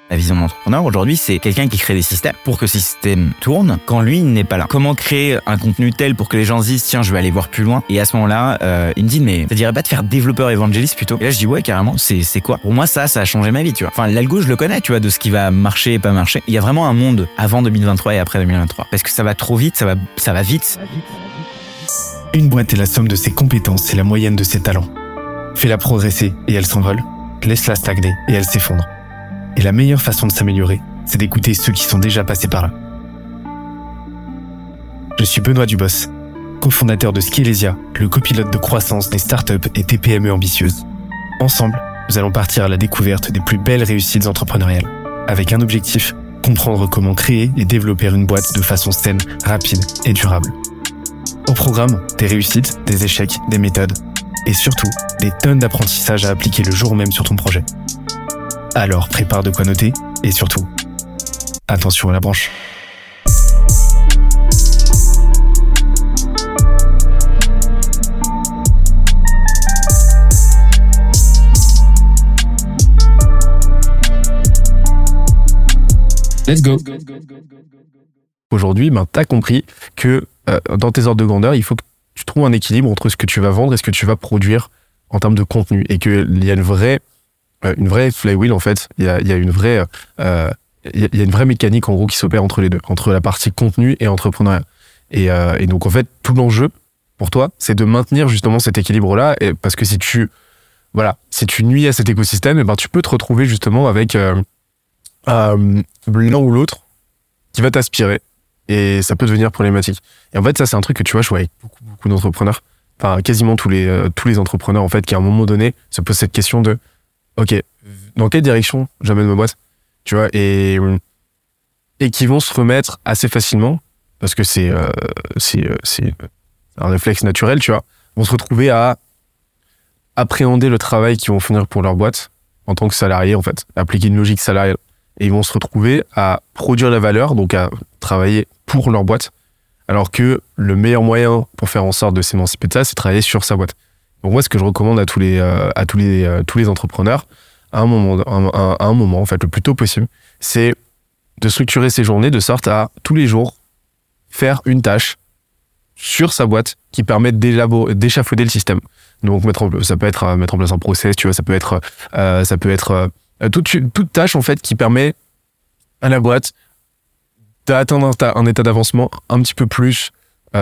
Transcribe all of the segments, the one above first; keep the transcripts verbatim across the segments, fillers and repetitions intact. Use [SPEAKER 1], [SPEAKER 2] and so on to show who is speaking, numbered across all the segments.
[SPEAKER 1] La vision de l'entrepreneur aujourd'hui, c'est quelqu'un qui crée des systèmes pour que ces systèmes tournent quand lui n'est pas là. Comment créer un contenu tel pour que les gens se disent tiens, je vais aller voir plus loin. Et à ce moment-là, euh, il me dit mais ça dirait pas de faire développeur évangéliste plutôt. Et là je dis ouais carrément, c'est c'est quoi. Pour moi ça, ça a changé ma vie, tu vois. Enfin l'algo je le connais, tu vois, de ce qui va marcher et pas marcher. Il y a vraiment un monde avant deux mille vingt-trois et après deux mille vingt-trois parce que ça va trop vite, ça va ça va vite.
[SPEAKER 2] Une boîte est la somme de ses compétences et la moyenne de ses talents. Fais-la progresser et elle s'envole. Laisse-la stagner et elle s'effondre. Et la meilleure façon de s'améliorer, c'est d'écouter ceux qui sont déjà passés par là. Je suis Benoît Dubos, cofondateur de Skillesia, le copilote de croissance des startups et T P M E ambitieuses. Ensemble, nous allons partir à la découverte des plus belles réussites entrepreneuriales, avec un objectif, comprendre comment créer et développer une boîte de façon saine, rapide et durable. Au programme, des réussites, des échecs, des méthodes, et surtout, des tonnes d'apprentissages à appliquer le jour même sur ton projet. Alors prépare de quoi noter et surtout, attention à la branche.
[SPEAKER 3] Let's go. Aujourd'hui, ben, tu as compris que euh, dans tes ordres de grandeur, il faut que tu trouves un équilibre entre ce que tu vas vendre et ce que tu vas produire en termes de contenu et qu'il y a une vraie une vraie flywheel en fait, il y a, il y a une vraie euh, il y a une vraie mécanique en gros qui s'opère entre les deux, entre la partie contenu et entrepreneuriat. Et, euh, et donc en fait tout l'enjeu pour toi c'est de maintenir justement cet équilibre là, et parce que si tu voilà si tu nuis à cet écosystème, et ben tu peux te retrouver justement avec euh, euh, l'un ou l'autre qui va t'aspirer et ça peut devenir problématique. Et en fait ça c'est un truc que tu vois je vois avec beaucoup beaucoup d'entrepreneurs, enfin quasiment tous les euh, tous les entrepreneurs en fait qui à un moment donné se posent cette question de ok, dans quelle direction j'amène ma boîte, tu vois, et et qui vont se remettre assez facilement parce que c'est euh, c'est c'est un réflexe naturel, tu vois, vont se retrouver à appréhender le travail qu'ils vont fournir pour leur boîte en tant que salarié en fait, appliquer une logique salariale, et ils vont se retrouver à produire la valeur, donc à travailler pour leur boîte, alors que le meilleur moyen pour faire en sorte de s'émanciper de ça, c'est de travailler sur sa boîte. Donc moi, ce que je recommande à tous les euh, à tous les euh, tous les entrepreneurs, à un moment à, à un moment en fait le plus tôt possible, c'est de structurer ses journées de sorte à tous les jours faire une tâche sur sa boîte qui permet d'échafauder le système. Donc mettre en, ça peut être euh, mettre en place un process, tu vois, ça peut être euh, ça peut être euh, toute toute tâche en fait qui permet à la boîte d'atteindre un, un état d'avancement un petit peu plus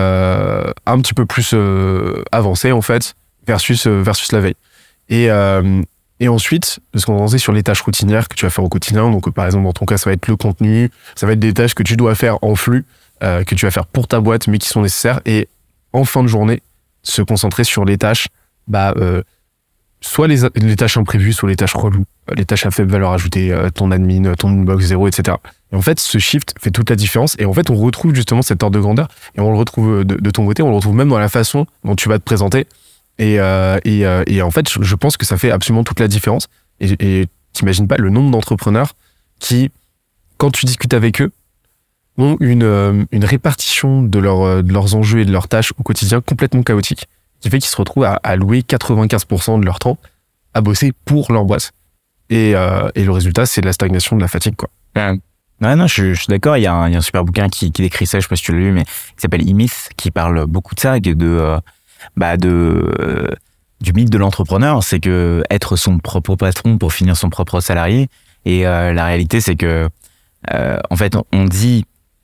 [SPEAKER 3] euh, un petit peu plus euh, avancé en fait. versus versus la veille. Et euh, et ensuite, de se concentrer sur les tâches routinières que tu vas faire au quotidien. Donc par exemple dans ton cas, ça va être le contenu, ça va être des tâches que tu dois faire en flux, euh, que tu vas faire pour ta boîte, mais qui sont nécessaires. Et en fin de journée, se concentrer sur les tâches, bah euh, soit les les tâches imprévues, soit les tâches reloues, les tâches à faible valeur ajoutée, euh, ton admin, ton inbox zéro, et cetera. Et en fait, ce shift fait toute la différence. Et en fait, on retrouve justement cet ordre de grandeur. Et on le retrouve de, de ton côté, on le retrouve même dans la façon dont tu vas te présenter. Et, euh, et, euh, et en fait, je pense que ça fait absolument toute la différence. Et, et t'imagines pas le nombre d'entrepreneurs qui, quand tu discutes avec eux, ont une, euh, une répartition de, leur, de leurs enjeux et de leurs tâches au quotidien complètement chaotique, qui fait qu'ils se retrouvent à, à louer quatre-vingt-quinze pour cent de leur temps à bosser pour leur boîte. Et, euh, et le résultat, c'est de la stagnation, de la fatigue, quoi.
[SPEAKER 1] Ouais. Non, non, je, je suis d'accord. Il y, a un, il y a un super bouquin qui, qui décrit ça, je sais pas si tu l'as lu, mais qui s'appelle E-Myth, qui parle beaucoup de ça, et de... Euh, bah de euh, du mythe de l'entrepreneur, c'est que être son propre patron pour finir son propre salarié. Et euh, la réalité, c'est que euh, en fait, on dit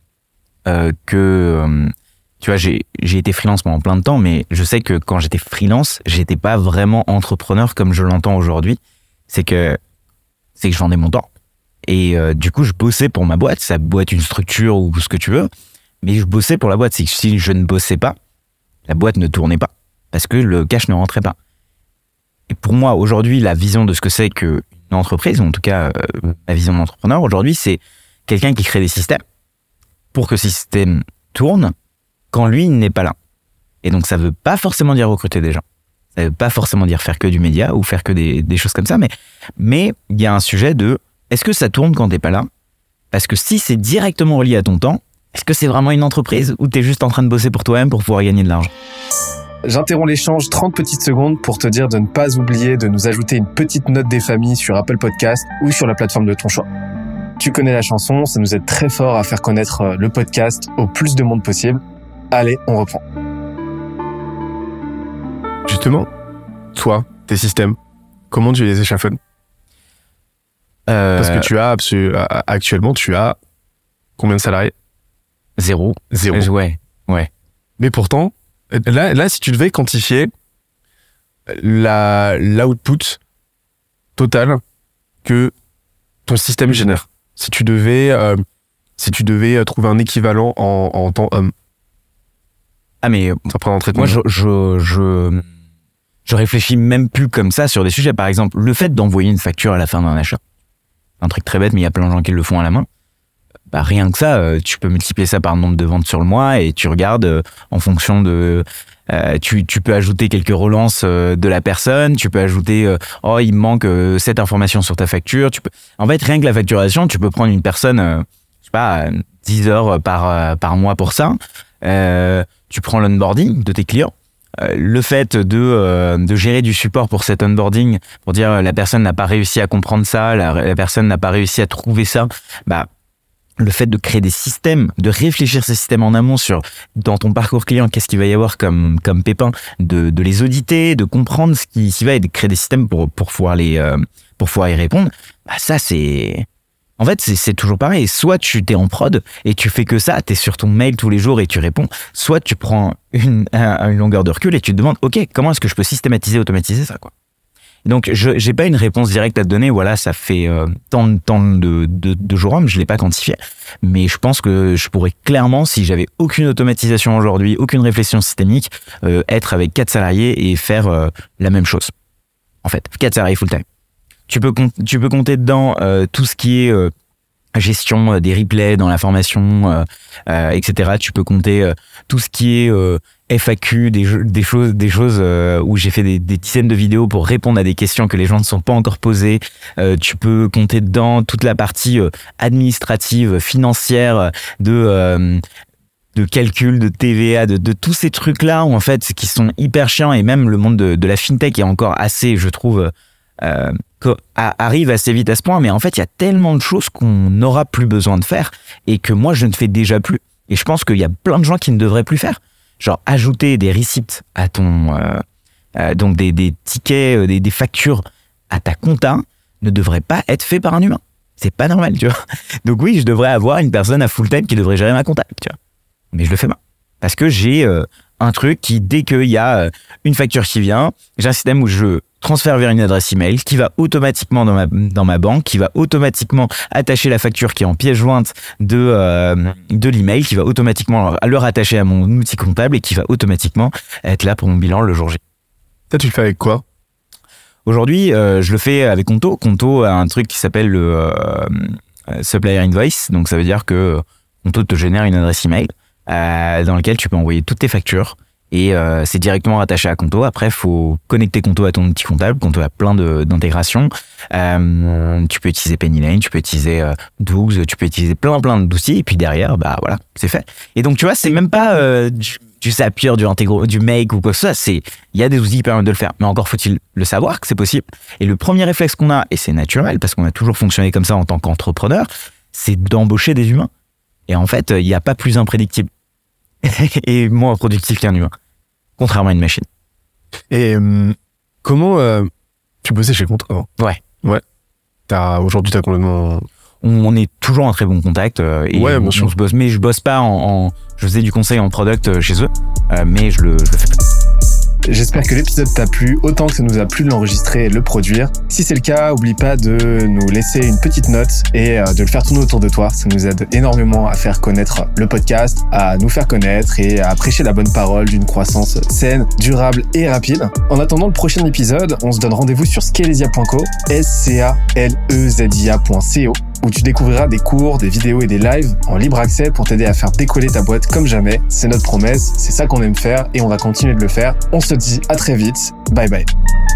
[SPEAKER 1] euh, que euh, tu vois, j'ai j'ai été freelance pendant plein de temps, mais je sais que quand j'étais freelance, j'étais pas vraiment entrepreneur comme je l'entends aujourd'hui. C'est que c'est que je vendais mon temps. Et euh, du coup, je bossais pour ma boîte, ça peut être une structure ou ce que tu veux, mais je bossais pour la boîte. C'est que si je ne bossais pas, la boîte ne tournait pas parce que le cash ne rentrait pas. Et pour moi, aujourd'hui, la vision de ce que c'est qu'une entreprise, ou en tout cas, euh, la vision de l'entrepreneur, aujourd'hui, c'est quelqu'un qui crée des systèmes pour que ces systèmes tournent quand lui n'est pas là. Et donc, ça veut pas forcément dire recruter des gens. Ça veut pas forcément dire faire que du média ou faire que des, des choses comme ça, mais mais il y a un sujet de est-ce que ça tourne quand t'es pas là? Parce que si c'est directement relié à ton temps, est-ce que c'est vraiment une entreprise ou t'es juste en train de bosser pour toi-même pour pouvoir gagner de l'argent?
[SPEAKER 2] J'interromps l'échange trente petites secondes pour te dire de ne pas oublier de nous ajouter une petite note des familles sur Apple Podcast ou sur la plateforme de ton choix. Tu connais la chanson, ça nous aide très fort à faire connaître le podcast au plus de monde possible. Allez, on reprend.
[SPEAKER 3] Justement, toi, tes systèmes, comment tu les échelonnes ?
[SPEAKER 1] Euh,
[SPEAKER 3] Parce que tu as absolu- actuellement, tu as combien de salariés ?
[SPEAKER 1] Zéro.
[SPEAKER 3] Zéro.
[SPEAKER 1] Euh, Ouais, ouais.
[SPEAKER 3] Mais pourtant, là, là, si tu devais quantifier la, l'output total que ton système génère, si tu devais, euh, si tu devais trouver un équivalent en, en temps homme,
[SPEAKER 1] Ah mais
[SPEAKER 3] ça prendrait
[SPEAKER 1] moi je, je je je réfléchis même plus comme ça sur des sujets. Par exemple, le fait d'envoyer une facture à la fin d'un achat, un truc très bête, mais il y a plein de gens qui le font à la main. Bah rien que ça, euh, tu peux multiplier ça par le nombre de ventes sur le mois et tu regardes euh, en fonction de. Euh, tu tu peux ajouter quelques relances euh, de la personne, tu peux ajouter euh, oh il me manque euh, cette information sur ta facture. Tu peux. En fait, rien que la facturation, tu peux prendre une personne, euh, je sais pas, dix heures par euh, par mois pour ça. Euh, tu prends l'onboarding de tes clients. Euh, le fait de, euh, de gérer du support pour cet onboarding, pour dire euh, la personne n'a pas réussi à comprendre ça, la, la personne n'a pas réussi à trouver ça, bah, le fait de créer des systèmes, de réfléchir ces systèmes en amont sur, dans ton parcours client, qu'est-ce qu'il va y avoir comme, comme pépin, de, de les auditer, de comprendre ce qui s'y va et de créer des systèmes pour, pour pouvoir les, euh, pour pouvoir y répondre, bah, ça, c'est, en fait, c'est, c'est toujours pareil. Soit tu t'es en prod et tu fais que ça, t'es sur ton mail tous les jours et tu réponds. Soit tu prends une, une longueur de recul et tu te demandes, ok, comment est-ce que je peux systématiser, automatiser ça, quoi. Donc, je j'ai pas une réponse directe à te donner. Voilà, ça fait euh, tant de tant de, de, de jours hommes, je l'ai pas quantifié, mais je pense que je pourrais clairement, si j'avais aucune automatisation aujourd'hui, aucune réflexion systémique, euh, être avec quatre salariés et faire euh, la même chose. En fait, quatre salariés full time. Tu peux tu peux compter dedans euh, tout ce qui est euh, gestion des replays dans la formation, euh, euh, et cetera. Tu peux compter euh, tout ce qui est euh, F A Q, des, des choses, des choses euh, où j'ai fait des, des dizaines de vidéos pour répondre à des questions que les gens ne sont pas encore posées. Euh, tu peux compter dedans toute la partie euh, administrative, financière, de euh, de calcul, de T V A, de, de tous ces trucs-là, en fait, qui sont hyper chiants, et même le monde de, de la fintech est encore assez, je trouve, euh, arrive assez vite à ce point, mais en fait, il y a tellement de choses qu'on n'aura plus besoin de faire et que moi, je ne fais déjà plus. Et je pense qu'il y a plein de gens qui ne devraient plus faire. Genre, ajouter des receipts à ton... Euh, euh, donc, des, des tickets, des, des factures à ta compta ne devrait pas être fait par un humain. C'est pas normal, tu vois. Donc oui, je devrais avoir une personne à full time qui devrait gérer ma compta, tu vois. Mais je le fais pas. Parce que j'ai euh, un truc qui, dès qu'il y a euh, une facture qui vient, j'ai un système où je transfère vers une adresse email qui va automatiquement dans ma, dans ma banque, qui va automatiquement attacher la facture qui est en pièce jointe de, euh, de l'email, qui va automatiquement le rattacher à mon outil comptable et qui va automatiquement être là pour mon bilan le jour J.
[SPEAKER 3] Ça, tu le fais avec quoi ?
[SPEAKER 1] Aujourd'hui, euh, je le fais avec Conto. Conto a un truc qui s'appelle le euh, Supplier Invoice. Donc, ça veut dire que Conto te génère une adresse email euh, dans laquelle tu peux envoyer toutes tes factures. Et euh, c'est directement rattaché à Conto. Après, il faut connecter Conto à ton outil comptable. Conto a plein de, d'intégrations. Euh, tu peux utiliser Pennylane, tu peux utiliser euh, Dougs, tu peux utiliser plein plein d'outils. Et puis derrière, bah voilà, c'est fait. Et donc, tu vois, c'est même pas euh, du, du Zapier, du Integro, du Make ou quoi que ce soit. C'est, il y a des outils qui permettent de le faire. Mais encore faut-il le savoir que c'est possible. Et le premier réflexe qu'on a, et c'est naturel parce qu'on a toujours fonctionné comme ça en tant qu'entrepreneur, c'est d'embaucher des humains. Et en fait, il n'y a pas plus imprédictible et moins productif qu'un humain, contrairement à une machine.
[SPEAKER 3] Et euh, comment euh, tu bossais chez Conto avant ?
[SPEAKER 1] Ouais.
[SPEAKER 3] Ouais. T'as, aujourd'hui, t'as complètement...
[SPEAKER 1] On, on est toujours en très bon contact euh, et
[SPEAKER 3] ouais,
[SPEAKER 1] on, on se bosse. Mais je bosse pas en, en... Je faisais du conseil en product chez eux, euh, mais je le, je le fais pas.
[SPEAKER 2] J'espère que l'épisode t'a plu autant que ça nous a plu de l'enregistrer et de le produire. Si c'est le cas, oublie pas de nous laisser une petite note et de le faire tourner autour de toi. Ça nous aide énormément à faire connaître le podcast, à nous faire connaître et à prêcher la bonne parole d'une croissance saine, durable et rapide. En attendant le prochain épisode, on se donne rendez-vous sur scalezia point co, S C A L E Z I A point C O, où tu découvriras des cours, des vidéos et des lives en libre accès pour t'aider à faire décoller ta boîte comme jamais. C'est notre promesse, c'est ça qu'on aime faire et on va continuer de le faire. On se dit à très vite. Bye bye.